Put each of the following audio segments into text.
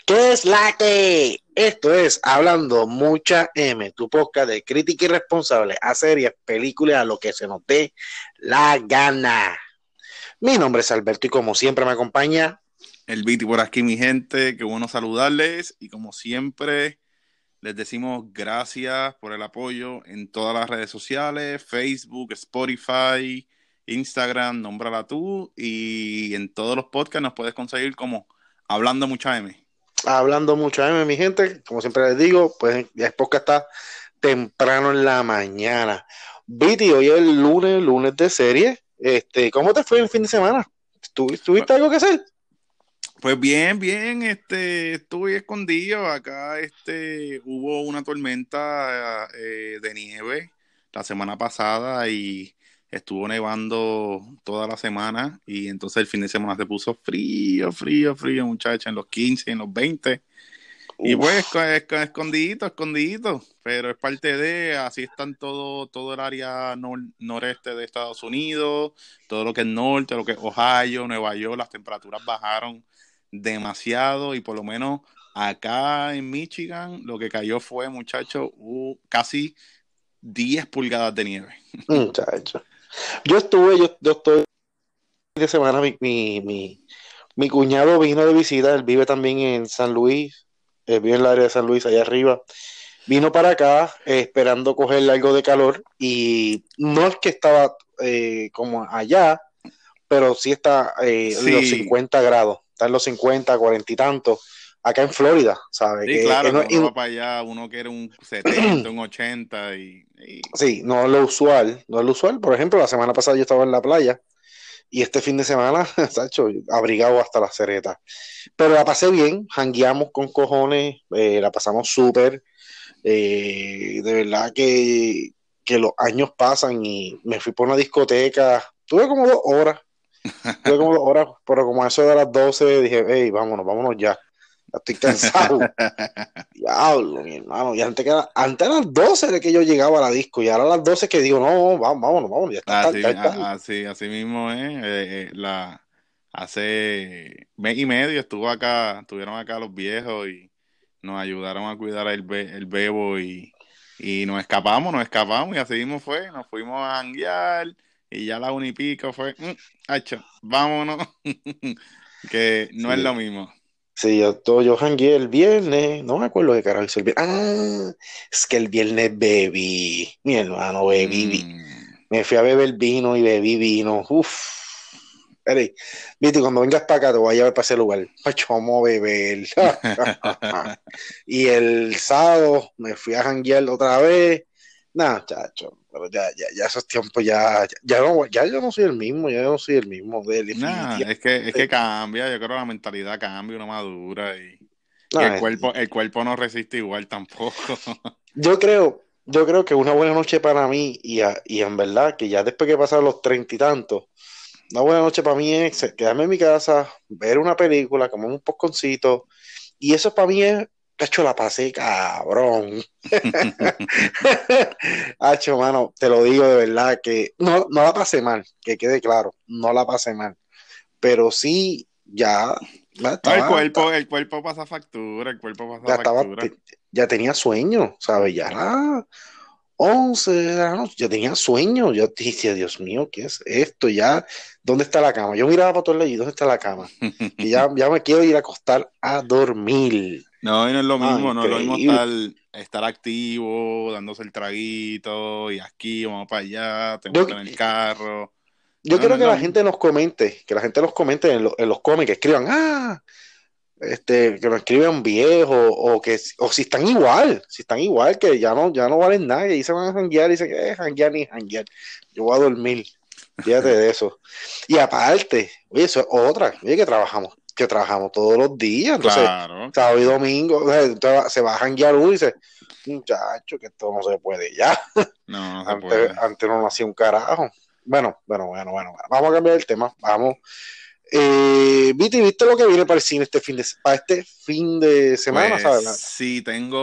¿Qué es la que? Esto es Hablando Mucha M, tu podcast de crítica irresponsable a series, películas, a lo que se nos dé la gana. Mi nombre es Alberto y como siempre me acompaña. El Viti por aquí, mi gente, qué bueno saludarles y como siempre les decimos gracias por el apoyo en todas las redes sociales, Facebook, Spotify, Instagram, nómbrala tú y en todos los podcasts nos puedes conseguir como Hablando Mucha M. Hablando Mucha M, mi gente, como siempre les digo, pues ya es podcast está temprano en la mañana. Viti, hoy es el lunes de serie. ¿Cómo te fue el fin de semana? ¿Tuviste algo que hacer? Pues bien, bien, estuve escondido. Acá, hubo una tormenta de nieve la semana pasada y estuvo nevando toda la semana y entonces el fin de semana se puso frío, frío, frío, muchacha, en los 15, en los 20. Y pues Uf, escondidito, escondidito, pero es parte de, así están todo el área noreste de Estados Unidos, todo lo que es norte, lo que es Ohio, Nueva York, las temperaturas bajaron demasiado y por lo menos acá en Michigan lo que cayó fue, muchachos, casi 10 pulgadas de nieve. muchacho. Yo estoy el fin de semana, mi cuñado vino de visita, él vive también en San Luis, vive en el área de San Luis, allá arriba. Vino para acá esperando coger algo de calor y no es que estaba como allá, pero sí está en los Sí, 50 grados, está en los 50, 40 y tantos, acá en Florida, ¿sabe? sí, claro que uno va para allá, uno quiere un 70, un 80 y Sí, no es lo usual, no es lo usual. Por ejemplo, la semana pasada yo estaba en la playa y este fin de semana, Sacho, abrigado hasta las ceretas. Pero la pasé bien, jangueamos con cojones, la pasamos súper. De verdad que los años pasan y me fui por una discoteca. Tuve como 2 horas, pero como a eso de las 12 dije, hey, vámonos, vámonos ya. Ya estoy cansado. Diablo, mi hermano. Y antes a las 12 de que yo llegaba a la disco, y ahora a las 12 que digo, no, vámonos, vámonos, ya está tarde, ya está tarde. así mismo hace mes y medio estuvieron acá los viejos y nos ayudaron a cuidar el bebo y nos escapamos y así mismo fue, nos fuimos a janguear y ya a la 1:00 y pico fue, hacho, vámonos, que no es Sí, lo mismo. sí, yo jangueé el viernes, no me acuerdo de carajo hice el viernes. Ah, es que el viernes bebí, mi hermano, Mm. me fui a beber vino y bebí vino. Uf. Eri, viste, cuando vengas para acá te voy a llevar para ese lugar. Pacho, vamos a beber. Y el sábado me fui a janguear otra vez. Nada, chacho, pero ya esos tiempos ya yo no soy el mismo, ya yo no soy el mismo, Nah, es que definitivamente. cambia, yo creo que la mentalidad cambia, uno madura y Nada, el cuerpo no resiste igual tampoco. yo creo que una buena noche para mí, y en verdad que ya después que pasaron los 30 y tantos, una buena noche para mí es quedarme en mi casa, ver una película, comer un posconcito, y eso para mí es, cacho, la pasé cabrón. Hacho, mano, te lo digo de verdad que no la pasé mal, que quede claro, no la pasé mal, pero sí ya No, estaba, el cuerpo pasa factura, el cuerpo pasa ya estaba, factura. ya tenía sueño, ¿sabes? Ya era 11 de la noche, ya tenía sueño, yo dije, Dios mío, ¿qué es esto? Ya, ¿dónde está la cama? Yo miraba para todos lados y ¿dónde está la cama? Que ya me quiero ir a acostar a dormir. No, y no es lo Ah, mismo, no es lo mismo increíble. estar activo, dándose el traguito, y aquí, vamos para allá, te Yo, montan en el carro. yo No, no quiero es que lo la mismo. gente nos comente, que la gente nos comente en los cómics, que escriban, que nos escriban viejos, o si están igual, que ya no valen nada, y ahí se van a janguear, y dicen, janguear ni janguear, yo voy a dormir, fíjate de eso. Y aparte, oye, eso es otra, oye, que trabajamos todos los días, entonces, Claro, sábado y claro. domingo, o sea, se va a janguear uno y dice, muchacho, que esto no se puede ya. No, no se Antes, puede. antes no hacía un carajo. Bueno. Vamos a cambiar el tema. Vamos. ¿Viste lo que viene para el cine para este fin de semana, Pues ¿sabes? sí,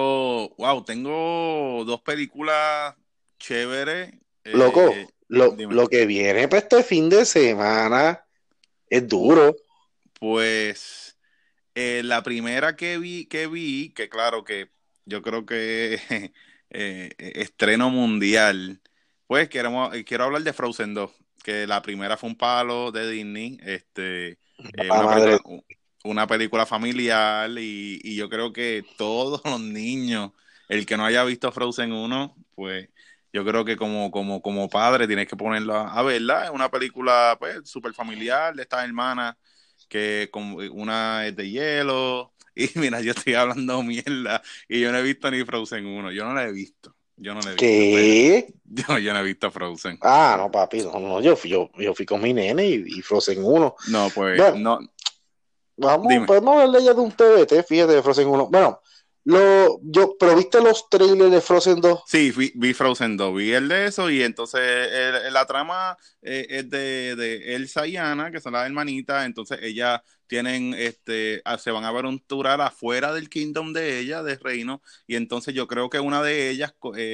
tengo dos películas chéveres. Loco, lo, Dime. lo que viene para este fin de semana es Uh, duro. pues. La primera que claro que yo creo que estreno mundial, pues quiero hablar de Frozen 2, que la primera fue un palo de Disney, La madre. una película familiar y yo creo que todos los niños, el que no haya visto Frozen 1, pues yo creo que como padre tienes que ponerlo a verla, es una película pues súper familiar de estas hermanas que una es de hielo. Y mira, yo estoy hablando mierda y yo no he visto ni Frozen 1. Yo no la he visto. Yo no la he visto, pero ¿Qué? yo no he visto Frozen. Ah, no, papi, no, no, yo fui con mi nene y Frozen 1. No, pues, Bueno, no, dime. podemos hablar ya de un TBT, fíjate, de Frozen 1. Bueno, pero viste los trailers de Frozen 2 Sí, vi Frozen 2, vi el de eso y entonces la trama es de Elsa y Anna, que son las hermanitas, entonces ellas tienen, se van a aventurar afuera del kingdom de ella, del reino, y entonces yo creo que una de ellas,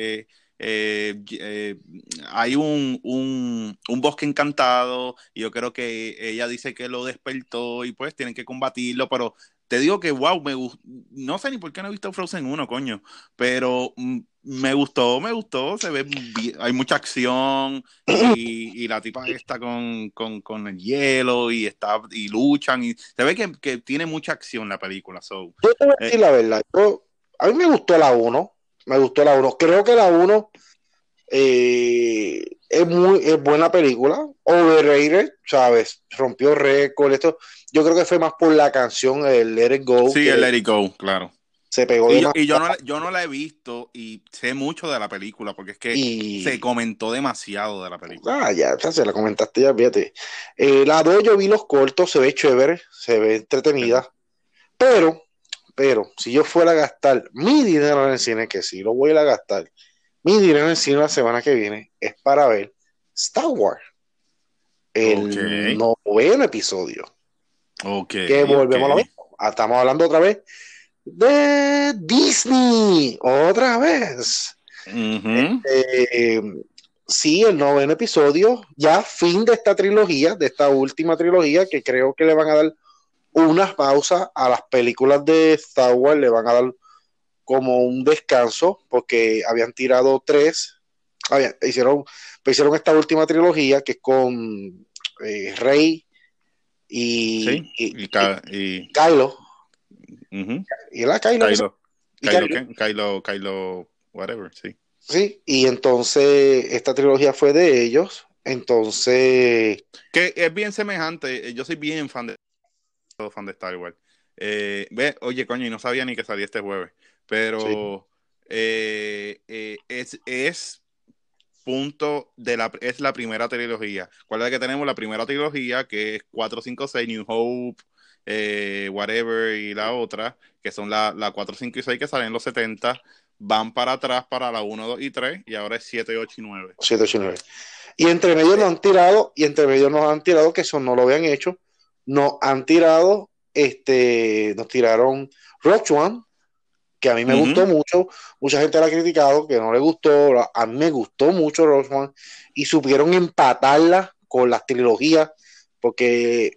hay un bosque encantado y yo creo que ella dice que lo despertó y pues tienen que combatirlo, pero te digo que wow, no sé ni por qué no he visto Frozen 1, coño, pero me gustó, se ve bien, hay mucha acción y la tipa está con el hielo y luchan y se ve que tiene mucha acción la película. So, Yo te voy a eh, decir la verdad. A mí me gustó la uno. Me gustó la uno. Creo que la uno es buena película. Overrated, ¿sabes? Rompió récord. Esto, yo creo que fue más por la canción, el Let It Go, sí, el que Let It Go, claro. se pegó Y demasiado. yo no la he visto y sé mucho de la película porque es que se Y. comentó demasiado de la película. Ya, ya se la comentaste ya, fíjate. La 2 yo vi los cortos, se ve chévere, se ve Okay. entretenida. Pero, si yo fuera a gastar mi dinero en el cine, que sí lo voy a gastar, mi dinero en el cine la semana que viene es para ver Star Wars, Ok, el noveno episodio. ok, Que ok. volvemos a lo mismo. Estamos hablando otra vez de Disney, otra vez. Ujú. Eh, sí, el noveno episodio, ya fin de esta trilogía, de esta última trilogía, que creo que le van a dar unas pausas a las películas de Star Wars, le van a dar como un descanso, porque habían tirado tres, hicieron esta última trilogía que es con Rey Sí, y Kylo, ujú. y era Kylo, que Kylo, y Kylo, Kylo, whatever, sí. sí, y entonces esta trilogía fue de ellos, entonces, Que es bien semejante. Yo soy bien fan de Star Wars. Oye, coño, y no sabía ni que salía este jueves. sí, Pero es es la primera trilogía. ¿Cuál es que tenemos? La primera trilogía, que es 4 5 6 New Hope, whatever, y la otra, que son la 4 5 y 6 que salen en los 70 van para atrás para la uno 2 y 3 y ahora es 7 8 y 9. 7, 8 y 9. Y entre medio nos han tirado, que eso no lo habían hecho, nos han tirado, nos tiraron Rock One, que a mí me gustó Ujú. mucho, mucha gente la ha criticado, que no le gustó, a mí me gustó mucho Rock One, y supieron empatarla con las trilogías, porque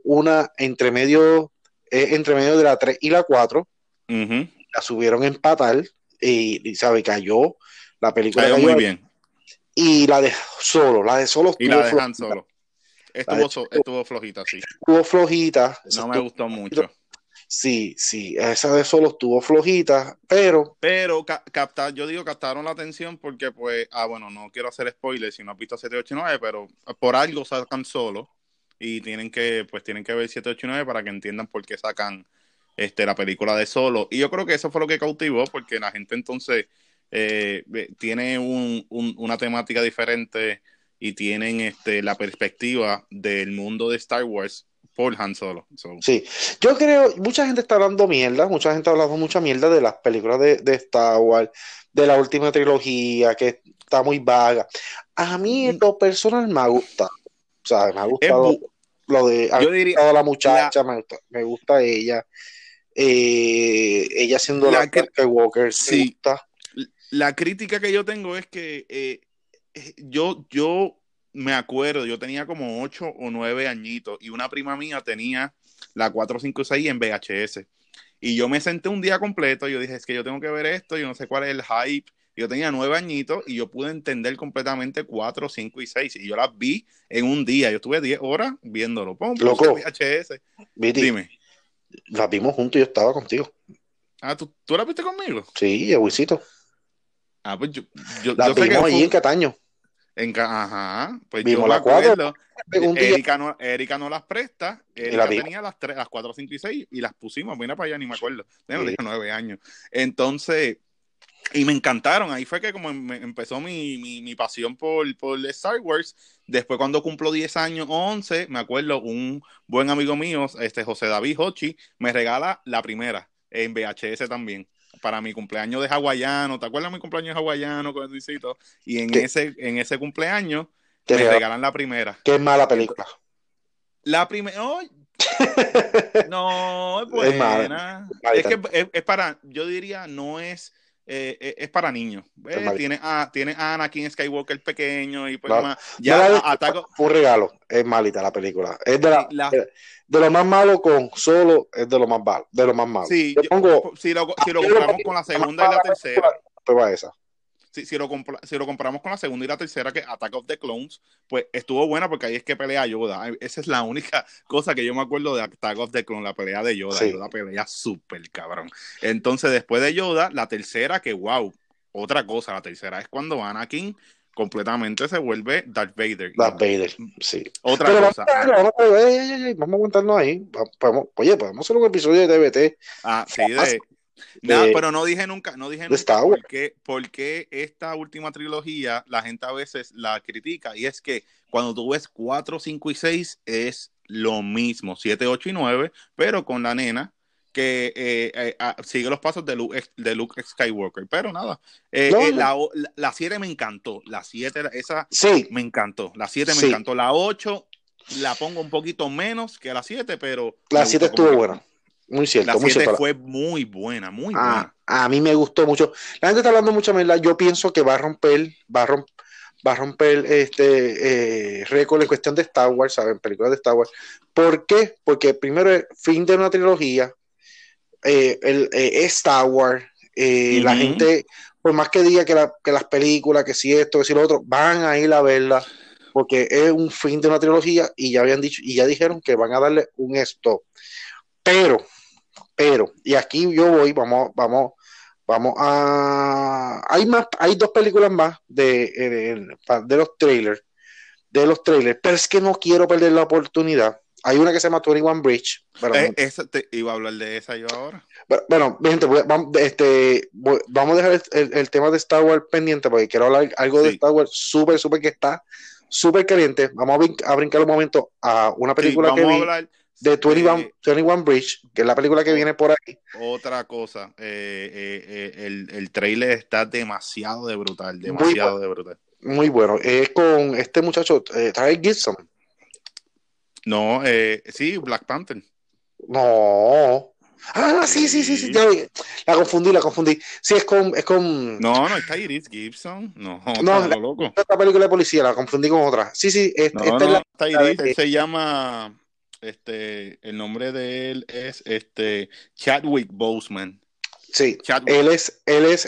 entre medio de la 3 y la 4 Ujú. la subieron a empatar, sabe, cayó, la película Cayó cayó, muy bien. y la de Solo Y estuvo la de Han flojita, Solo. la de Estuvo flojita, sí. estuvo flojita, esa No me estuvo gustó flojita. mucho. Sí, sí, esa de Solo estuvo flojita, pero Pero yo digo captaron la atención porque, pues, bueno, no quiero hacer spoilers si no has visto 789 pero por algo sacan solo y tienen que ver 789 para que entiendan por qué sacan la película de Solo. Y yo creo que eso fue lo que cautivó, porque la gente entonces tiene una temática diferente y tienen la perspectiva del mundo de Star Wars por Han Solo. So, sí. Yo creo, mucha gente está hablando mierda, mucha gente ha hablado mucha mierda de las películas de Star Wars, de la última trilogía, que está muy vaga. A mí en lo personal me ha gustado, o sea, me ha es gustado a mí me yo ha diría, gustado la la, muchacha, me gusta ella, ella siendo la la, cri- Skywalker, me sí, gusta. la crítica que yo tengo es que yo me acuerdo, yo tenía como 8 o 9 añitos y una prima mía tenía la 4, 5 y 6 en VHS. Y yo me senté un día completo y yo dije, es que yo tengo que ver esto, yo no sé cuál es el hype. Yo tenía 9 añitos y yo pude entender completamente 4, 5 y 6. Y yo las vi en un día. Yo estuve 10 horas viéndolo. Puse Loco, VHS. Viti, Dime. las vimos juntos y yo estaba contigo. Ah, ¿tú la viste conmigo? Sí, a Luisito. Ah, pues Las yo sé que vimos fue allí en Cataño. Ajá, pues yo Vimos me las cuatro acuerdo. un día Erika no las presta. y las Erika vimos. tenía las 4, 5 y 6 y las pusimos. Mira para allá, ni me acuerdo. Bueno, Sí. tenía 9 años. Entonces, y me encantaron. Ahí fue que como empezó mi pasión por Star Wars. Después, cuando cumplo 10 años o 11, me acuerdo, un buen amigo mío, José David Hochi, me regala la primera en VHS también. Para mi cumpleaños de hawaiano. ¿Te acuerdas de mi cumpleaños hawaiano con el Luisito? Y en Que ese cumpleaños te me regaló. regalan la primera. Qué mala Y entonces, película. la primera, oh, no, es Es mala, buena. Es malita, que es para, yo diría, no es, es para niños. es malita. Tiene a Anakin Skywalker pequeño y pues No, más. no Ya la he visto, ataco, fue un regalo. Es malita la película. Es sí, de lo más malo con Solo, es de lo más malo. De lo más malo. sí, Yo pongo, si lo yo lo compramos pongo con la la más segunda y la mala película, tercera, pues va esa. si lo compramos con la segunda y la tercera, que Attack of the Clones, pues estuvo buena porque ahí es que pelea Yoda. Esa es la única cosa que yo me acuerdo de Attack of the Clones, la pelea de Yoda. Sí. Yoda pelea súper cabrón. Entonces, después de Yoda, la tercera, que wow, otra cosa, la tercera es cuando Anakin completamente se vuelve Darth Vader. Darth Vader, sí. Otra Pero cosa. vamos a aguantarnos ahí. Oye, podemos hacer un episodio de TBT Sí, nada, de, pero no dije de nunca Star Wars. por qué esta última trilogía la gente a veces la critica. Y es que cuando tú ves 4, 5 y 6 es lo mismo, 7, 8 y 9, pero con la nena que sigue los pasos de Luke Skywalker. Pero nada, No, no. la 7 me encantó. La 7, esa Sí, me encantó. La 7 me sí. encantó. La 8 la pongo un poquito menos que la 7, pero La me 7 gustó como estuvo quedó. buena. Muy La cierto, muy 7 cierto. fue muy buena, muy A, buena. a mí me gustó mucho. La gente está hablando mucha mierda. Yo pienso que va a romper récord en cuestión de Star Wars, ¿saben? Películas de Star Wars. ¿Por qué? Porque primero es fin de una trilogía, es Star Wars, la Ujú. gente, por más que diga que las películas, que si esto, que si lo otro, van a ir a verla, porque es un fin de una trilogía y ya habían dicho, y ya dijeron que van a darle un stop. Pero, y aquí yo voy, hay dos películas más de los trailers, pero es que no quiero perder la oportunidad. Hay una que se llama 21 Bridge, pero Iba a hablar de esa yo ahora. bueno, mi gente, vamos a dejar el tema de Star Wars pendiente porque quiero hablar algo de Sí, Star Wars súper que está súper caliente. Vamos a brincar un momento a una sí, película que vamos a vi hablar de de 21 Bridge, que es la película que o- viene por ahí. otra cosa. El trailer está demasiado de brutal, Muy bueno, demasiado de brutal. muy bueno. Es con este muchacho, Ty Gibson. No, sí, Black Panther. No. Ah, sí, Sí. ya vi. La confundí. Sí, No, no está Iris Gibson. No, no, está lo loco. esta película de policía, la confundí con otra. Sí, No, esta es no, la está la Iris. Él de se llama, el nombre de él es Chadwick Boseman. sí, Chadwick. él es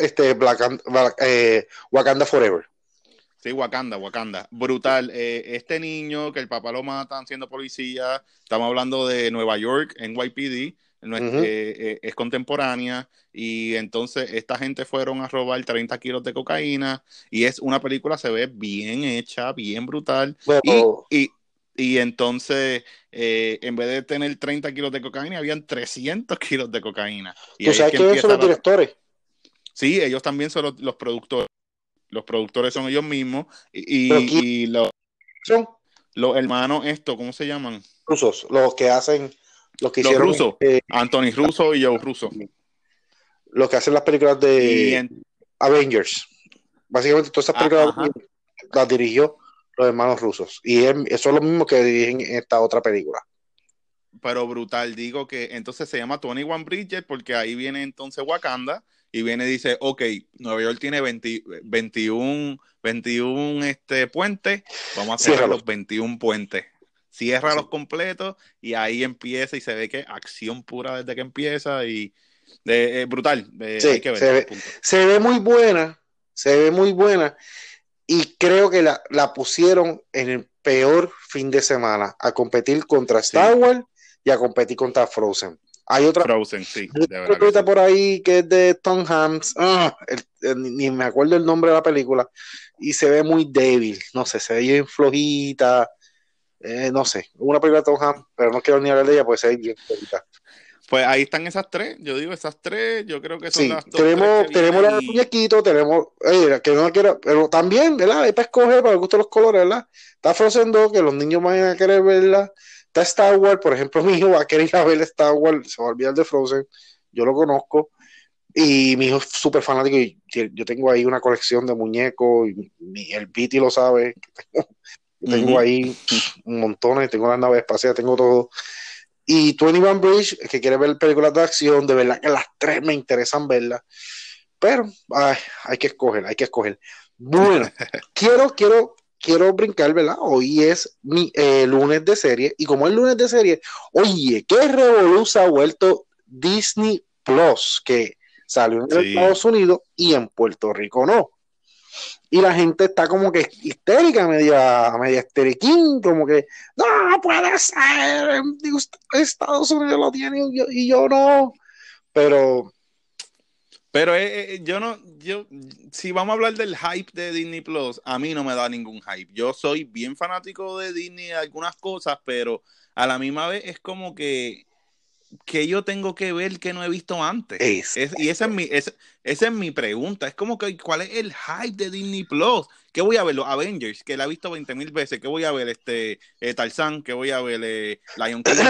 Wakanda Forever. Sí, Wakanda. Brutal. Este niño que el papá lo matan siendo policía, estamos hablando de Nueva York, NYPD, Ujú. es contemporánea, y entonces esta gente fueron a robar 30 kilos de cocaína, y es una película, se ve bien hecha, bien brutal, y, Pero y, y entonces, en vez de tener 30 kilos de cocaína, habían 300 kilos de cocaína, y tú ahí es sabes que quiénes son empieza los directores. Sí, ellos también son los productores. Los productores son ellos mismos Pero quiénes son los hermanos, ¿cómo se llaman? rusos, los que Los hicieron rusos, Anthony Russo y Joe Russo. los que hacen las películas Y de Avengers. Básicamente todas esas películas ajá, las dirigió los hermanos rusos. Y eso es lo mismo que dirigen esta otra película. pero brutal, digo que entonces se llama Tony One Bridget porque ahí viene entonces Wakanda y viene y dice, ok, Nueva York tiene 21 puentes, vamos a cerrar Ciérralo. los 21 puentes. cierra Sí. los completos y ahí empieza y se ve que acción pura desde que empieza y brutal, hay Sí, que verla, punto. se ve muy buena, se ve muy buena y creo que la pusieron en el peor fin de semana a competir contra Star Sí, Wars y a competir contra Frozen. Frozen, sí, Hay de otra verdad que peliculita sí. por ahí que es de Tom Hanks, ni me acuerdo el nombre de la película, y se ve muy débil, no sé, se ve bien flojita, no sé, una película de Tom Hanks, pero no quiero ni hablar de ella porque se ve bien flojita. Pues ahí están esas tres, yo digo esas tres, yo creo que son Sí, las top tres que tenemos vienen la de y... muñequito, tenemos, que no quiero, pero también, ¿verdad? Hay para escoger para el gusto de los colores, ¿verdad? Está Frozen 2, que los niños van a querer verla. Está Star Wars, por ejemplo, mi hijo va a querer ir a ver Star Wars, se va a olvidar de Frozen, yo lo conozco. Y mi hijo es súper fanático y yo tengo ahí una colección de muñecos, y el Viti lo sabe, yo tengo Ujú. ahí un montón, tengo las naves espaciales, tengo todo. Y 21 Bridge, que quiere ver películas de acción, de verdad que las tres me interesan verlas, pero hay que escoger, hay que escoger. Bueno, quiero brincar, ¿verdad? Hoy es mi lunes de serie, y como es lunes de serie, oye, qué revolución ha vuelto Disney Plus, que salió en Sí. Estados Unidos y en Puerto Rico no. Y la gente está como que histérica, media histeriquín, como que, no puede ser, digo, Estados Unidos lo tiene y yo no. Pero, Pero yo no, si vamos a hablar del hype de Disney Plus, a mí no me da ningún hype. Yo soy bien fanático de Disney, de algunas cosas, pero a la misma vez es como que yo tengo que ver que no he visto antes. es, Y esa es mi pregunta. Es como que, ¿cuál es el hype de Disney Plus? ¿Qué voy a ver? Los Avengers, que la he visto 20,000 veces. ¿Qué voy a ver? Tarzán, ¿qué voy a ver? Lion King.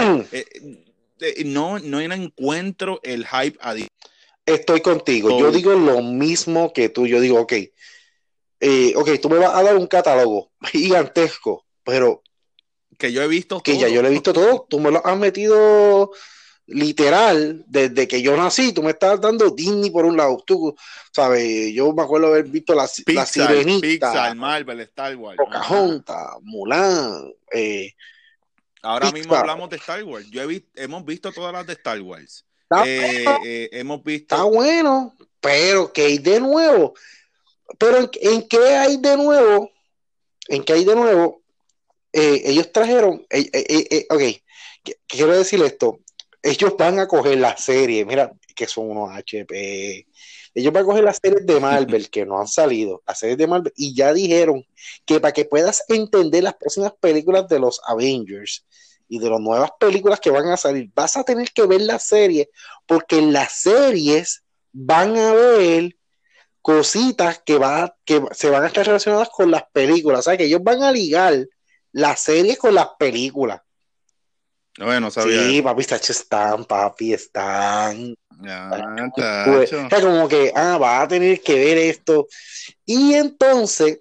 No encuentro el hype a Disney. estoy contigo. Yo digo lo mismo que tú. Yo digo, ok, ok, tú me vas a dar un catálogo gigantesco, pero Que yo he visto que ya yo todo. lo he visto todo. Tú me lo has metido literal, desde que yo nací, tú me estás dando Disney por un lado. Tú, sabes, yo me acuerdo haber visto la Sirenita, Pixar, Marvel, Star Wars. Ajá. Pocahontas, Mulan, Ahora mismo Pixar. hablamos de Star Wars. Hemos visto todas las de Star Wars. Está, Hemos está visto bueno, pero ¿qué hay de nuevo? Pero ¿en qué hay de nuevo? ¿En qué hay de nuevo? Ellos trajeron, ok, quiero decir esto, ellos van a coger la serie, mira, que son unos HP, ellos van a coger las series de Marvel que no han salido, las series de Marvel, y ya dijeron que para que puedas entender las próximas películas de los Avengers y de las nuevas películas que van a salir, vas a tener que ver las series, porque en las series van a ver cositas que se van a estar relacionadas con las películas, o sea, que ellos van a ligar las series con las películas. no, no sabía Sí, eso. papi, están, papi, están. Ya, O tacho. sea, como que, va a tener que ver esto. Y entonces,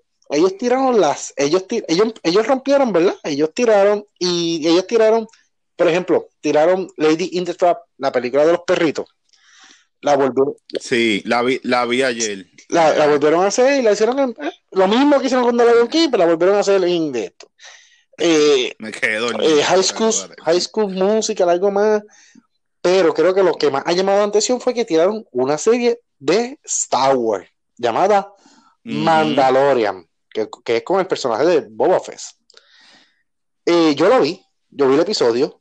ellos rompieron, ¿verdad? Ellos tiraron, por ejemplo, tiraron Lady in the Trap, la película de los perritos. La volvieron, Sí, la vi ayer. la volvieron a hacer y la hicieron lo mismo que hicieron con The Lion King, pero la volvieron a hacer en de esto. Eh, Me quedé dormido, pero dale. High School Musical, algo más. Pero creo que lo que más ha llamado la atención fue que tiraron una serie de Star Wars llamada Ujú. Mandalorian, que es con el personaje de Boba Fett. Yo vi el episodio.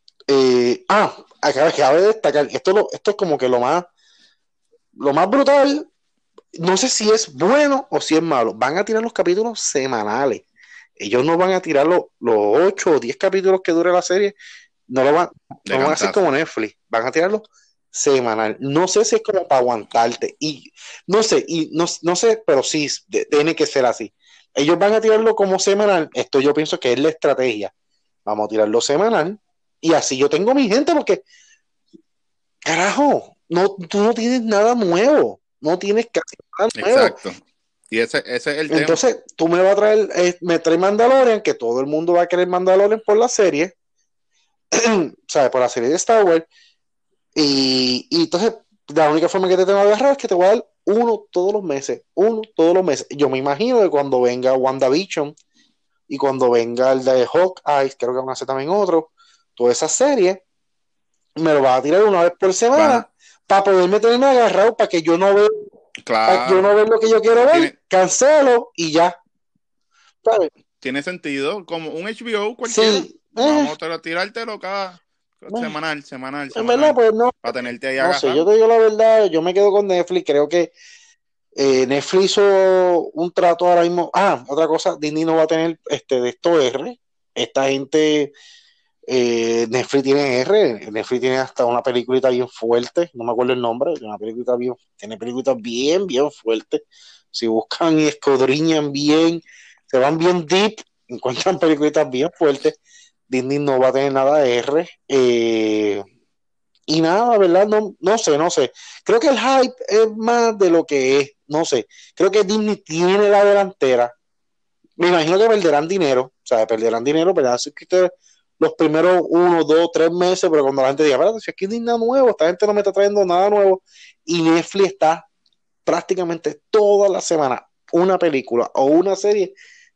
Acabo de destacar, esto es como que lo más brutal. No sé si es bueno o si es malo. Van a tirar los capítulos semanales. Ellos no van a tirar los 8 o 10 capítulos que dure la serie. De No van a hacer cantazo. como Netflix. Van a tirarlo semanal. No sé si es como para aguantarte. No sé, pero sí, tiene que ser así. Ellos van a tirarlo como semanal. Esto yo pienso que es la estrategia. Vamos a tirarlo semanal. Y así yo tengo mi gente porque, carajo, no, tú no tienes nada nuevo. No tienes casi nada nuevo. Exacto. Y ese es el tema. Entonces, tú me vas a traer, me traes Mandalorian, que todo el mundo va a querer Mandalorian por la serie, ¿sabes? Por la serie de Star Wars. Y entonces, la única forma que te tengo que agarrar es que te voy a dar uno todos los meses. Yo me imagino que cuando venga WandaVision, y cuando venga el de Hawkeye, creo que van a hacer también otro, toda esa serie, me lo va a tirar una vez por semana para poderme tenerme agarrado para que yo no vea, para que yo no Claro. vea lo que yo quiero ver, Tiene, cancelo y ya, ¿sabes? tiene sentido, como un HBO cualquiera. Sí, Vamos a tirártelo cada semanal, en verdad, pues no, para tenerte ahí no sé, yo agarrado. te digo la verdad, yo me quedo con Netflix, creo que Netflix hizo un trato ahora mismo. Otra cosa, Disney no va a tener de esto R. Esta gente, Netflix tiene R, Netflix tiene hasta una peliculita bien fuerte, no me acuerdo el nombre, tiene peliculitas bien, bien fuertes. Si buscan y escudriñan bien, se van bien deep, encuentran peliculitas bien fuertes. Disney no va a tener nada de R. Y nada, ¿verdad? No, no sé. Creo que el hype es más de lo que es. No sé. Creo que Disney tiene la delantera. Me imagino que perderán dinero. O sea, perderán suscriptores los primeros 1, 2, 3 meses, pero cuando la gente diga, espérate, si aquí no hay nada nuevo, esta gente no me está trayendo nada nuevo. Y Netflix está prácticamente toda la semana una película o una serie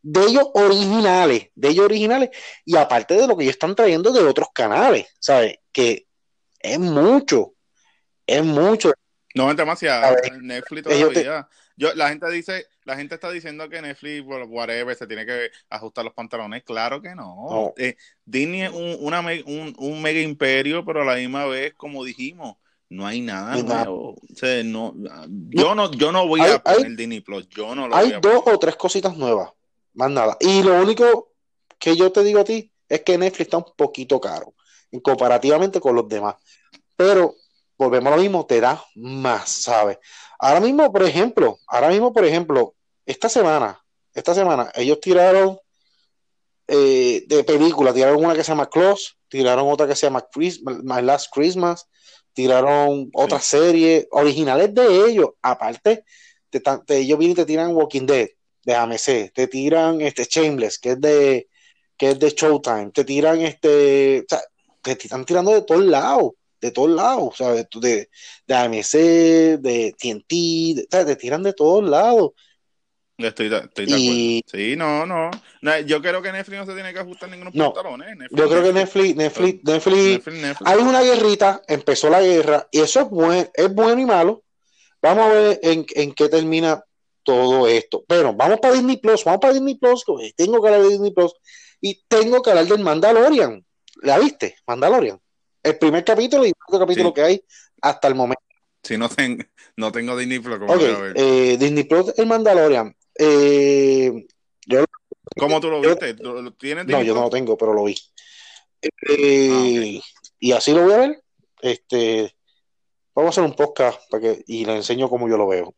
de ellos originales, y aparte de lo que ellos están trayendo de otros canales, ¿sabes? Que es mucho, es mucho. No es A ver, demasiado. Netflix ellos todavía. La gente está diciendo que Netflix, whatever, se tiene que ajustar los pantalones. Claro que no. no, Disney es un mega imperio, pero a la misma vez, como dijimos, no hay nada nada. nuevo. O sea, no, No, yo no voy hay, a hay, poner Disney Plus. Yo no lo hay voy a dos poner. o tres cositas nuevas, más nada. Y lo único que yo te digo a ti es que Netflix está un poquito caro, comparativamente con los demás. Pero volvemos a lo mismo, te da más, ¿sabes? Ahora mismo, por ejemplo, esta semana, ellos tiraron de película, tiraron una que se llama Close, tiraron otra que se llama My Last Christmas, tiraron otra Sí. serie, originales de ellos, aparte, ellos vienen y te tiran Walking Dead, de AMC, te tiran Shameless, que es de Showtime, te tiran o sea, te están tirando de todos lados, o sea, de AMC, de TNT, o sea, te tiran de todos lados. Estoy de acuerdo. Y Sí, no, no. No, yo creo que Netflix no se tiene que ajustar ningunos no, pantalones. yo Netflix, creo que Netflix. Netflix, Netflix. hay una guerrita, empezó la guerra, y eso es bueno y malo. Vamos a ver en qué termina todo esto. Pero vamos para Disney Plus, porque tengo que hablar de Disney Plus, y tengo que hablar del Mandalorian. ¿La viste? Mandalorian. El primer capítulo y el único capítulo Sí. que hay hasta el momento. Si no tengo Disney Plus, ¿cómo lo Ok, voy a ver? Disney Plus, el Mandalorian. Yo, ¿Cómo tú lo yo- viste? ¿Tienes no, Disney yo no Plus? lo tengo, pero lo vi. Ok. Y así lo voy a ver. Vamos a hacer un podcast y le enseño cómo yo lo veo.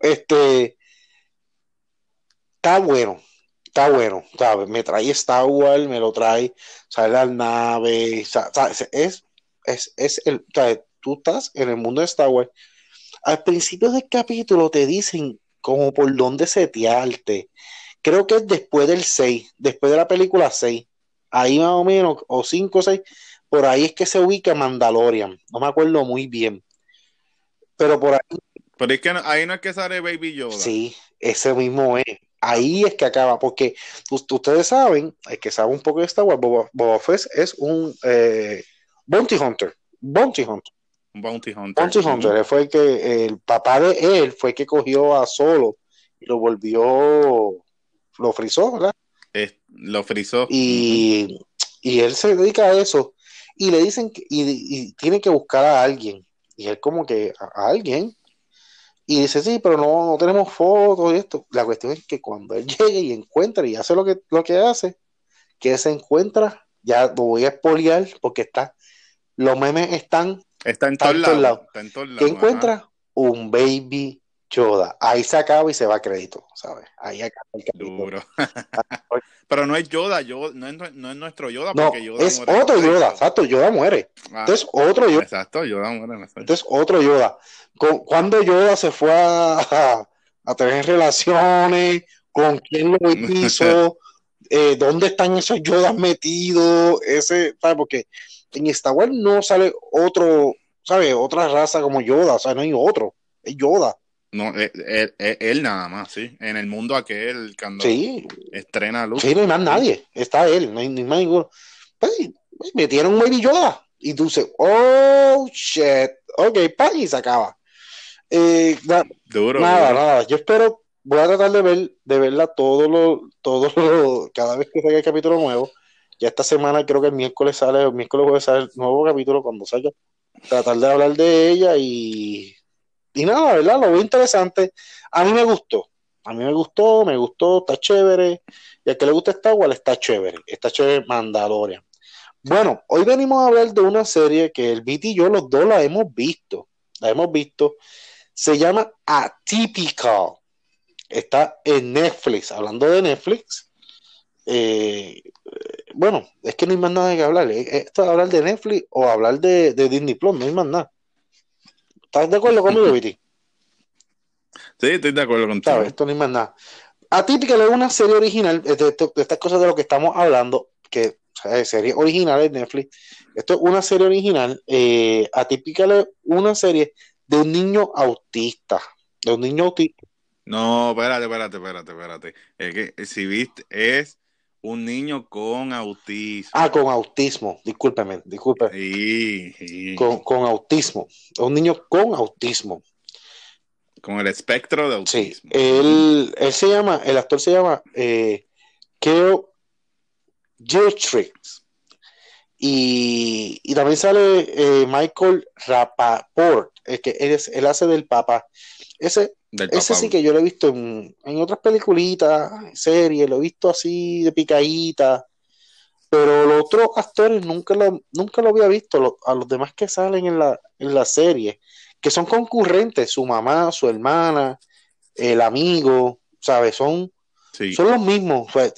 Está bueno, está bueno, ¿sabes? Me trae Star Wars, me lo trae, sale las naves, ¿sabes? ¿Sabes? Tú estás en el mundo de Star Wars. Al principio del capítulo te dicen como por dónde setearte. Creo que es después del 6, después de la película 6. Ahí más o menos, o 5 o 6, por ahí es que se ubica Mandalorian. No me acuerdo muy bien. Pero por ahí, Pero es que ahí no es que sale Baby Yoda. sí, ese mismo es. Ah, Ahí es que acaba, porque ustedes saben, el que sabe un poco de Star Wars, Boba Fett es un bounty hunter. Bounty hunter. un Bounty Hunter. Bounty Ujú. hunter. El papá de él fue el que cogió a Solo y lo frizó, ¿verdad? Lo frizó. Ujú. Y, y él se dedica a eso. Y le dicen y tiene que buscar a alguien. Y él como que a alguien. Y dice, sí, pero no tenemos fotos y esto. La cuestión es que cuando él llegue y encuentra y hace lo que hace, que se encuentra, ya lo voy a espoliar porque los memes están Está en todos tantos lados. lados. Está en todos Que lados. Ajá. encuentra un baby Yoda. Ahí se acaba y se va a crédito, ¿sabes? Ahí acaba el capítulo. Duro. Pero no es Yoda, no es nuestro Yoda, porque No, Yoda es muere en los otro Yoda, créditos. exacto, Yoda muere. Este Ah, es otro Yoda, exacto, Yoda muere en los este créditos. es otro Yoda. ¿Cuándo Yoda se fue a tener relaciones? ¿Con quién lo hizo? ¿Dónde están esos Yodas metidos? ¿Sabes? Porque en Star Wars no sale otro, ¿sabes? Otra raza como Yoda, o sea, no hay otro, es Yoda. No, él nada más, sí. En el mundo aquel, cuando Sí, estrena Luke, sí, no hay más sí. nadie. Está él, no hay más ninguno. Pues, metieron un Baby Yoda. Y tú dices, oh, shit. Ok, pa, y se acaba. Duro, Nada, duro. nada. Yo espero, voy a tratar de verla cada vez que salga el capítulo nuevo. Ya esta semana creo que el miércoles jueves sale el nuevo capítulo cuando salga. Tratar de hablar de ella y nada, ¿verdad? Lo veo interesante. A mí me gustó. Me gustó, está chévere. Y al que le gusta Star Wars, está chévere Mandalorian. Bueno, hoy venimos a hablar de una serie que el Viti y yo los dos la hemos visto. Se llama Atypical. Está en Netflix. Hablando de Netflix, bueno, es que no hay más nada que hablar. Esto es hablar de Netflix o hablar de Disney Plus, no hay más nada. ¿Estás de acuerdo conmigo, Viti? Sí, estoy de acuerdo ¿Sabes? contigo. Esto no hay más nada. Atypical es una serie original, de estas cosas de lo que estamos hablando, que o sea, es serie original de Netflix. Esto es una serie original. Atypical es una serie de un niño autista. De un niño autista. No, espérate. Es que si viste, es un niño con Ah, autismo. con autismo. Disculpe. Y Con autismo. Un niño con autismo. con el espectro de Sí. autismo. Ujú. El actor se llama Keo Gilchrist. Y también sale Michael Rapaport, él hace del papá. Ese, Del ese papá sí Blue. que yo lo he visto en otras peliculitas, series, lo he visto así de picadita, pero los otros actores nunca lo había visto, a los demás que salen en la serie, que son concurrentes, su mamá, su hermana, el amigo, ¿sabes? Sí. Son los mismos. O sea,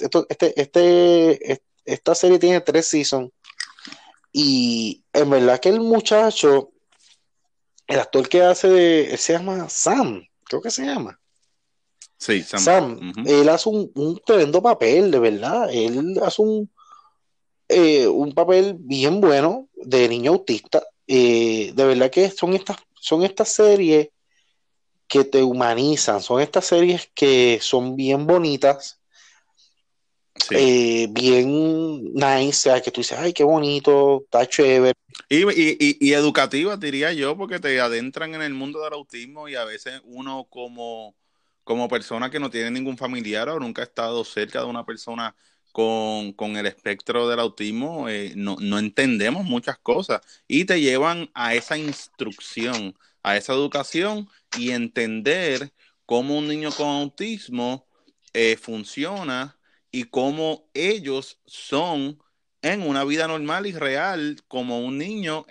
esta serie tiene 3 seasons y en verdad que el muchacho, el actor que él se llama Sam, creo que se llama. Sí, Sam. Sam, Ujú. él hace un tremendo papel, de verdad. Él hace un papel bien bueno de niño autista. De verdad que son estas series que te humanizan, son estas series que son bien bonitas, Sí. bien nice, o sea, que tú dices, ay, qué bonito, está chévere. Y educativas, diría yo, porque te adentran en el mundo del autismo y a veces uno como persona que no tiene ningún familiar o nunca ha estado cerca de una persona con el espectro del autismo, no entendemos muchas cosas y te llevan a esa instrucción, a esa educación y entender cómo un niño con autismo funciona y cómo ellos son en una vida normal y real como un niño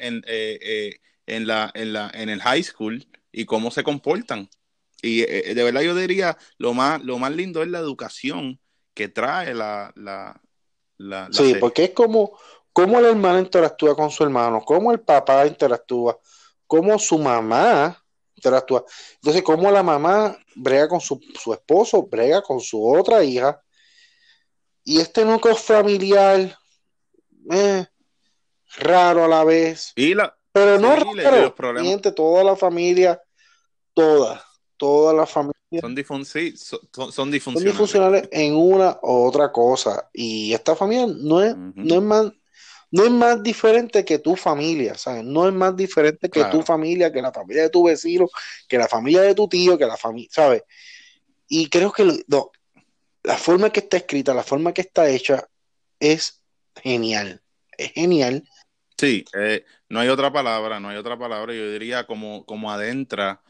en el high school y cómo se comportan. Y de verdad yo diría, lo más lindo es la educación que trae la Sí, serie. porque es como el hermano interactúa con su hermano, cómo el papá interactúa, cómo su mamá interactúa. Entonces, cómo la mamá brega con su esposo, brega con su otra hija. Y este núcleo familiar, eh, raro a la vez, Y pero no sí, los raro. Mi problemas gente, toda la familia, toda la familia sí, son son disfuncionales. disfuncionales en una u otra cosa. Y esta familia no es, no Ujú. es más, no es más diferente que tu familia, ¿sabes? No es más diferente que tu Claro. familia, que la familia de tu vecino, que la familia de tu tío, que la familia, ¿sabes? Y creo que no, la forma que está escrita, la forma que está hecha es genial. Es genial. Sí, no hay otra palabra, no hay otra palabra. Yo diría como adentra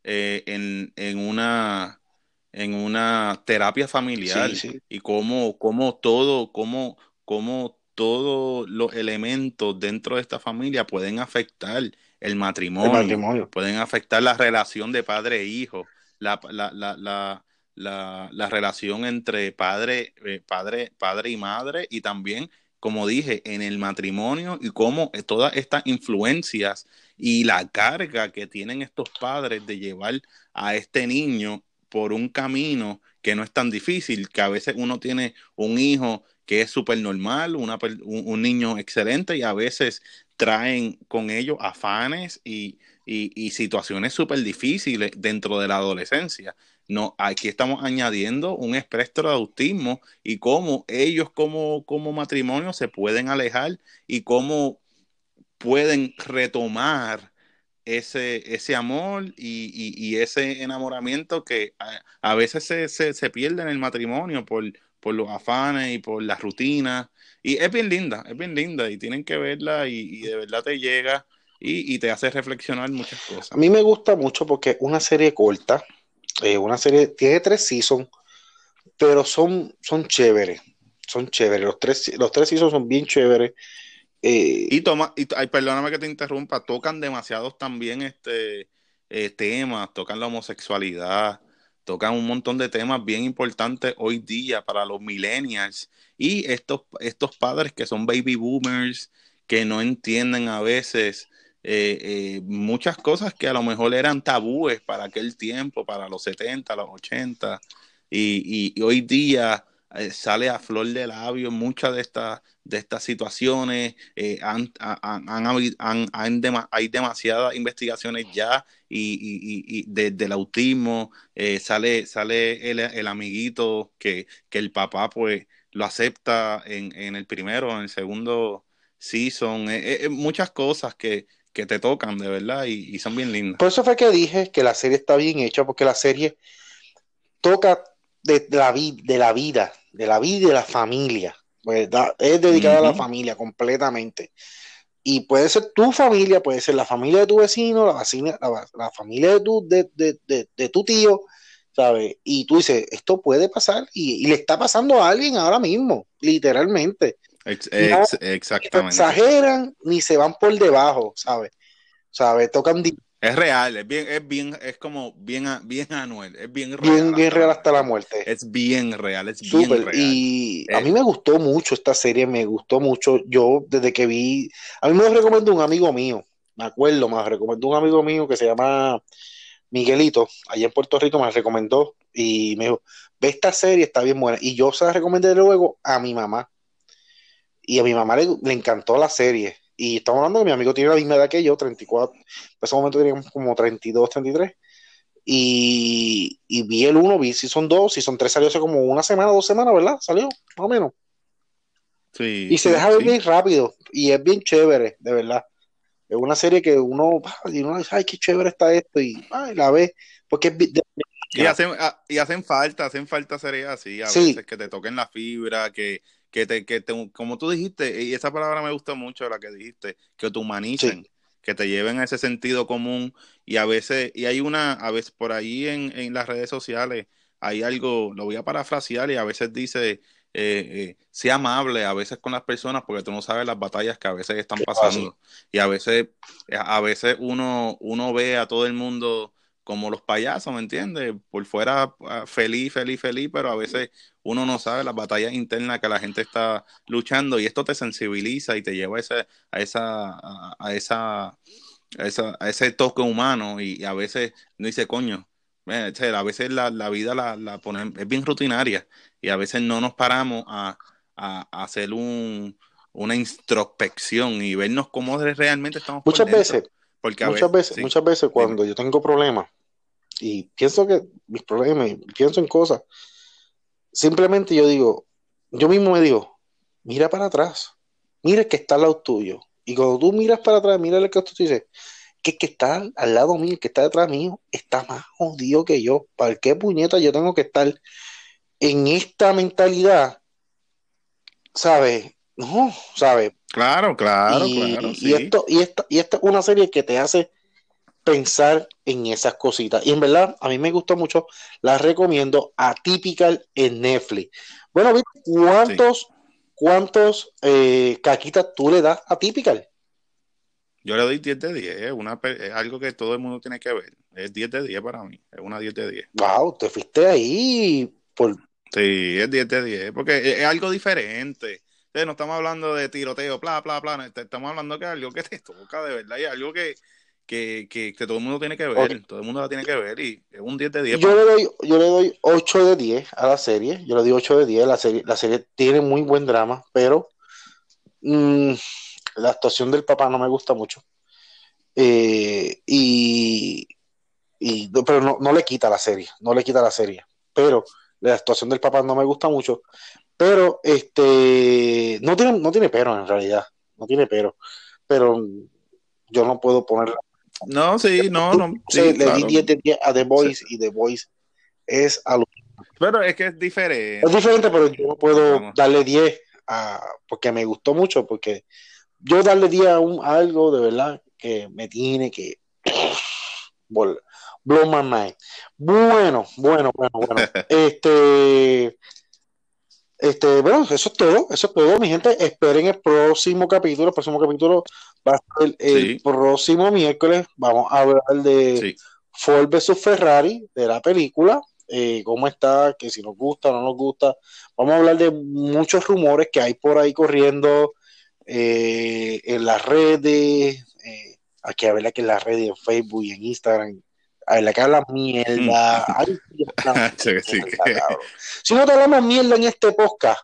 en una terapia Sí, familiar sí. y cómo todos los elementos dentro de esta familia pueden afectar el El matrimonio, matrimonio. pueden afectar la relación de padre e hijo, la relación entre padre y madre y también como dije, en el matrimonio y cómo todas estas influencias y la carga que tienen estos padres de llevar a este niño por un camino que no es tan difícil, que a veces uno tiene un hijo que es súper normal, un niño excelente y a veces traen con ellos afanes y situaciones súper difíciles dentro de la adolescencia. No, aquí estamos añadiendo un espectro de autismo y cómo ellos como matrimonio se pueden alejar y cómo pueden retomar ese amor y ese enamoramiento que a veces se pierde en el matrimonio por los afanes y por las rutinas. Y es bien linda y tienen que verla y de verdad te llega y te hace reflexionar muchas A cosas. mí me gusta mucho porque es una serie corta, una serie, tiene 3 seasons, pero son chéveres, son chéveres, los tres seasons son bien chéveres. Eh, Ay, perdóname que te interrumpa, tocan demasiados también temas, tocan la homosexualidad, tocan un montón de temas bien importantes hoy día para los millennials y estos padres que son baby boomers, que no entienden a veces muchas cosas que a lo mejor eran tabúes para aquel tiempo, para los 70 los 80 y hoy día sale a flor de labio muchas de estas situaciones. Hay demasiadas investigaciones ya y del autismo. Sale el amiguito que el papá pues lo acepta en el primero, en el segundo season. Muchas cosas que te tocan de verdad y son bien lindas. por eso fue que dije que la serie está bien hecha, porque la serie toca de la vida y de la familia. Pues, es dedicada a la Ujú. familia completamente. Y puede ser tu familia, puede ser la familia de tu vecino, la familia de tu tío, ¿sabes? Y tú dices, esto puede pasar y le está pasando a alguien ahora mismo, literalmente. No Exactamente. exageran ni se van por debajo, ¿sabes? ¿Sabes? Tocan Es real, es como bien Anuel, es bien bien, real bien hasta la real hasta la muerte. muerte. Es bien real, es bien Súper. real. Y a mí Eh, me gustó mucho esta serie, me gustó mucho. Yo, desde que vi, a mí me lo recomendó un amigo mío, me acuerdo, me lo recomendó un amigo mío que se llama Miguelito, allá en Puerto Rico, me la recomendó y me dijo, ve esta serie, está bien buena. Y yo se la recomendé luego a mi mamá. Y a mi mamá le encantó la serie. Y estamos hablando que mi amigo tiene la misma edad que yo, 34. En ese momento teníamos como 32, 33. Y vi el uno, vi Season 2, Season 3 salió hace como una semana, 2 semanas, ¿verdad? Salió, más o menos. sí, Y se sí, deja ver sí. bien rápido y es bien chévere, de verdad. Es una serie que y uno dice, ay, qué chévere está esto y la ve, porque Hacen falta series así a sí, veces, que te toquen la fibra, como tú dijiste, y esa palabra me gusta mucho, la que dijiste, que te sí, humanicen, que te lleven a ese sentido común, a veces por ahí en las redes sociales, hay algo, lo voy a parafrasear, y a veces dice, sea amable a veces con las personas, porque tú no sabes las batallas que a veces están así. pasando, y a veces uno ve a todo el mundo como los payasos, ¿me entiendes? Por fuera feliz, feliz, feliz, pero a veces uno no sabe las batallas internas que la gente está luchando y esto te sensibiliza y te lleva a ese toque humano y a veces no dice, coño, o sea, a veces la vida la ponemos, es bien rutinaria y a veces no nos paramos a hacer una introspección y vernos cómo realmente estamos por Muchas veces, dentro. Porque a muchas veces, veces, sí, muchas veces dime. cuando yo tengo problemas y pienso que mis problemas, y pienso en cosas, simplemente yo mismo me digo, mira para atrás, mira el que está al lado tuyo. Y cuando tú miras para atrás, mira el que tú dices, que el que está al lado mío, el que está detrás mío, está más jodido que yo. ¿Para qué puñeta yo tengo que estar en esta mentalidad? ¿Sabes? No, ¿sabes? Claro, claro, claro, Y sí. esta es una serie que te hace pensar en esas cositas. Y en verdad, a mí me gusta mucho, la recomiendo, Atypical en Netflix. Bueno, Vic, Sí. ¿cuántos caquitas tú le das a Atypical? Yo le doy 10 de 10. Es algo que todo el mundo tiene que ver. Es 10 de 10 para mí. Es una 10 de 10. Wow, te fuiste ahí por... Sí, es 10 de 10. Porque es algo diferente. No estamos hablando de tiroteo, bla, bla, bla. Estamos hablando que es algo que te toca de verdad. Y es algo que todo el mundo tiene que Ok. ver. Todo el mundo la tiene que ver. Y es un 10 de 10 Yo para le mí. doy, yo le doy 8 de 10 a la serie. Yo le doy 8 de 10. La serie tiene muy buen drama, pero mm, la actuación del papá no me gusta mucho. Y, pero no le quita la serie, no le quita la serie. Pero la actuación del papá no me gusta mucho. Pero no tiene pero en realidad. No tiene pero yo no puedo poner. No, sí, no, no, sí, Le di claro. 10 de 10 a The Sí. Voice y The Voice es alu- Pero es que es es diferente, diferente. pero yo no puedo Vamos. darle 10 porque me gustó mucho, porque yo darle 10 a algo de verdad que me tiene que vol- blow my mind. Bueno. Bueno, eso es todo, mi gente. Esperen el próximo capítulo. El próximo capítulo va a ser el Sí, próximo miércoles. Vamos a hablar de sí. Ford versus Ferrari, de la película, cómo está, que si nos gusta o no nos gusta. Vamos a hablar de muchos rumores que hay por ahí corriendo en las redes. Aquí a ver que en las redes, en Facebook y en Instagram. A ver, que hablan mierda. Ay, sí, hablan Sí, sí mierda, que. cabrón. Si no te hablamos mierda en este podcast,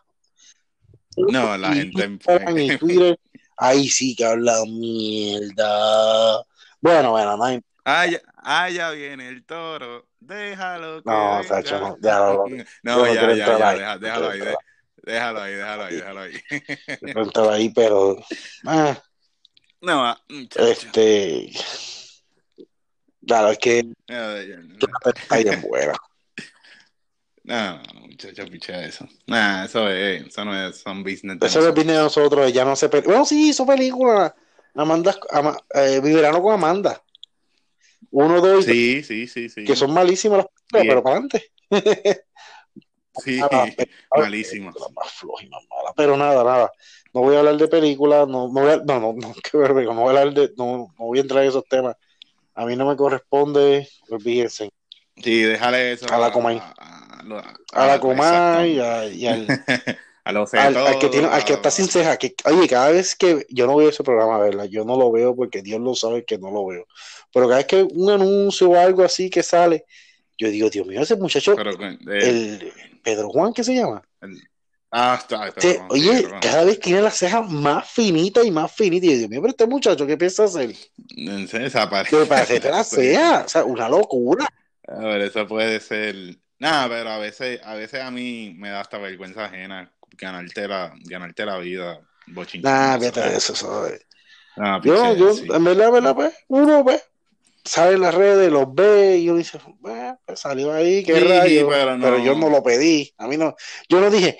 No, la y gente. Instagram y Twitter, ahí sí que hablan mierda. Bueno, no hay. Ya viene el toro. Déjalo que No, Sacho, venga. no, ya yo No, no quiero entrar ya, ahí, no déjalo quiero ahí, entrar déjalo ahí, ahí, déjalo ahí. quiero entrar ahí, pero ah, No, muchacho. este, claro, es que No, la peli está bien buena. no, muchacho, picha eso. Nah, eso no es, son business de Eso es el business de nosotros. nosotros, ya no sé. Bueno, sí, hizo película. Mi verano con Amanda. Uno, dos y tres, Sí, sí, sí, que sí. son malísimas las películas, Y pero para adelante. sí, Nada, película malísimas. más floja y más mala. Pero nada. No voy a hablar de películas, qué vergüenza, no voy a hablar no voy a entrar en esos temas. A mí no me corresponde, olvídense. Sí, déjale eso A la Comay, a la exacto. Comay y A lo sé al que tiene, todo. al que está sin ceja, que, oye, cada vez que yo no veo ese programa, ¿verdad? Yo no lo veo porque Dios lo sabe que no lo veo. Pero cada vez que un anuncio o algo así que sale, yo digo, Dios mío, ese muchacho, Pero el Pedro Juan, ¿qué se llama? el- está, Pedro Juan, sí, Oye, Pedro Juan. cada vez tiene las cejas más finitas y más finitas. Y yo, Dios mío, pero este muchacho, ¿qué piensa hacer? Se desaparece. Que para hacerte las Sí. cejas, o sea, una locura. A ver, eso puede ser. Nada, pero a veces a mí me da hasta vergüenza ajena ganarte la vida Nah, bochinchando eso. fíjate de eso, ¿sabes? Ah, piché, Yo, sí. en verdad, pues, uno ve, sale en las redes, los ve y uno dice, pues salió ahí, qué Sí, rayo, pero pero yo no no. lo pedí, a mí no, yo no dije,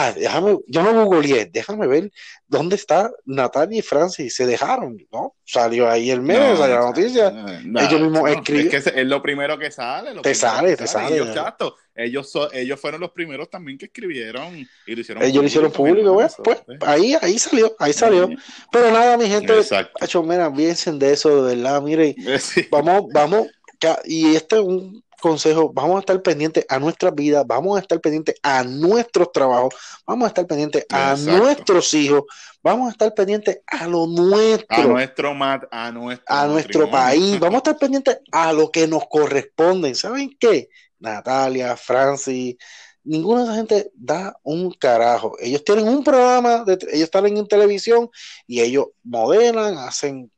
yo no googleé, déjame ver dónde está Natalia y Francis, se dejaron, ¿no? Salió ahí el meme, No, salió la muchacho, noticia, ellos mismos no, es escriben, que es lo primero que sale, lo te primero que sale, te sale. Y sale, ellos, chato, ellos fueron los primeros también que escribieron y lo hicieron ellos lo hicieron público, mi público, hermano. pues, Eso, pues ahí salió, ahí salió. Pero nada, mi gente, exacto. hecho, mira, piensen de eso, de verdad, mire, Sí, vamos, y este es un consejo, vamos a estar pendientes a nuestras vidas, vamos a estar pendientes a nuestros trabajos, vamos a estar pendientes a exacto. nuestros hijos, vamos a estar pendientes a lo nuestro, A nuestro a nuestro matrimonio. país, vamos a estar pendientes a lo que nos corresponde. ¿Saben qué? Natalia, Francis, ninguna de esa gente da un carajo. Ellos tienen un programa, ellos están en televisión y ellos modelan, hacen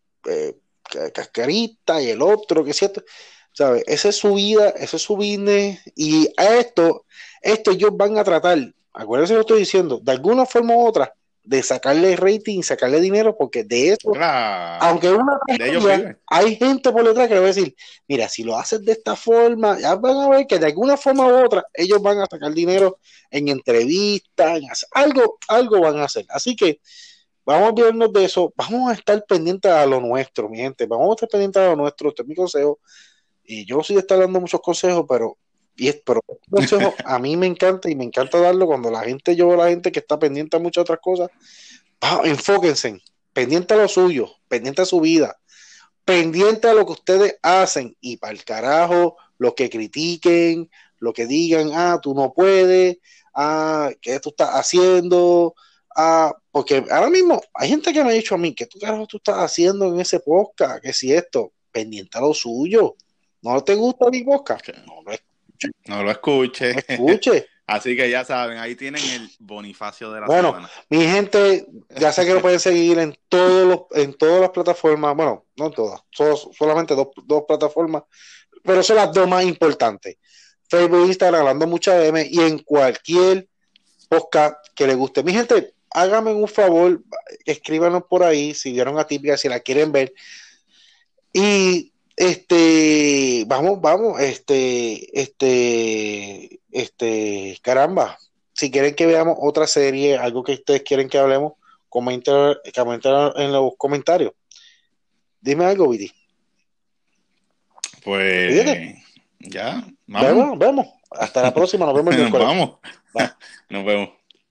cascarita y el otro, que es cierto. ¿Sabes? Esa es su vida, ese es su business y a esto ellos van a tratar, acuérdense lo que estoy diciendo, de alguna forma u otra, de sacarle rating, sacarle dinero, porque de eso aunque es Claro. una De ellos tragedia, viven. hay gente por detrás que le va a decir, mira, si lo haces de esta forma, ya van a ver que de alguna forma u otra ellos van a sacar dinero en entrevistas, algo van a hacer. Así que vamos a olvidarnos de eso, vamos a estar pendientes a lo nuestro, mi gente, vamos a estar pendientes a lo nuestro, este es mi consejo, y yo no soy de estar dando muchos consejos, pero este consejo a mí me encanta y me encanta darlo cuando yo veo a la gente que está pendiente a muchas otras cosas, enfóquense, pendiente a lo suyo, pendiente a su vida, pendiente a lo que ustedes hacen y para el carajo, lo que critiquen, lo que digan, tú no puedes, ¿qué tú estás haciendo? Porque ahora mismo hay gente que me ha dicho a mí, ¿qué tú carajo tú estás haciendo en ese podcast? Que si esto, pendiente a lo suyo, ¿no te gusta mi podcast? No lo escuches, No lo escuche. no escuche. Así que ya saben, ahí tienen el Bonifacio de la Bueno, semana. mi gente, ya sé que lo pueden seguir en todas las plataformas, bueno, no todas, solamente dos plataformas, pero son las dos más importantes. Facebook, Instagram, Hablando Mucha M y en cualquier podcast que les guste. Mi gente, háganme un favor, escríbanos por ahí si vieron a Típica, si la quieren ver. Y vamos, caramba, si quieren que veamos otra serie, algo que ustedes quieren que hablemos, comenten en los comentarios. Dime algo, Viti. Despídete. Pues ya, vamos. Vemos. Hasta la próxima, nos vemos el Nos miércoles. vamos. Bye. Nos vemos.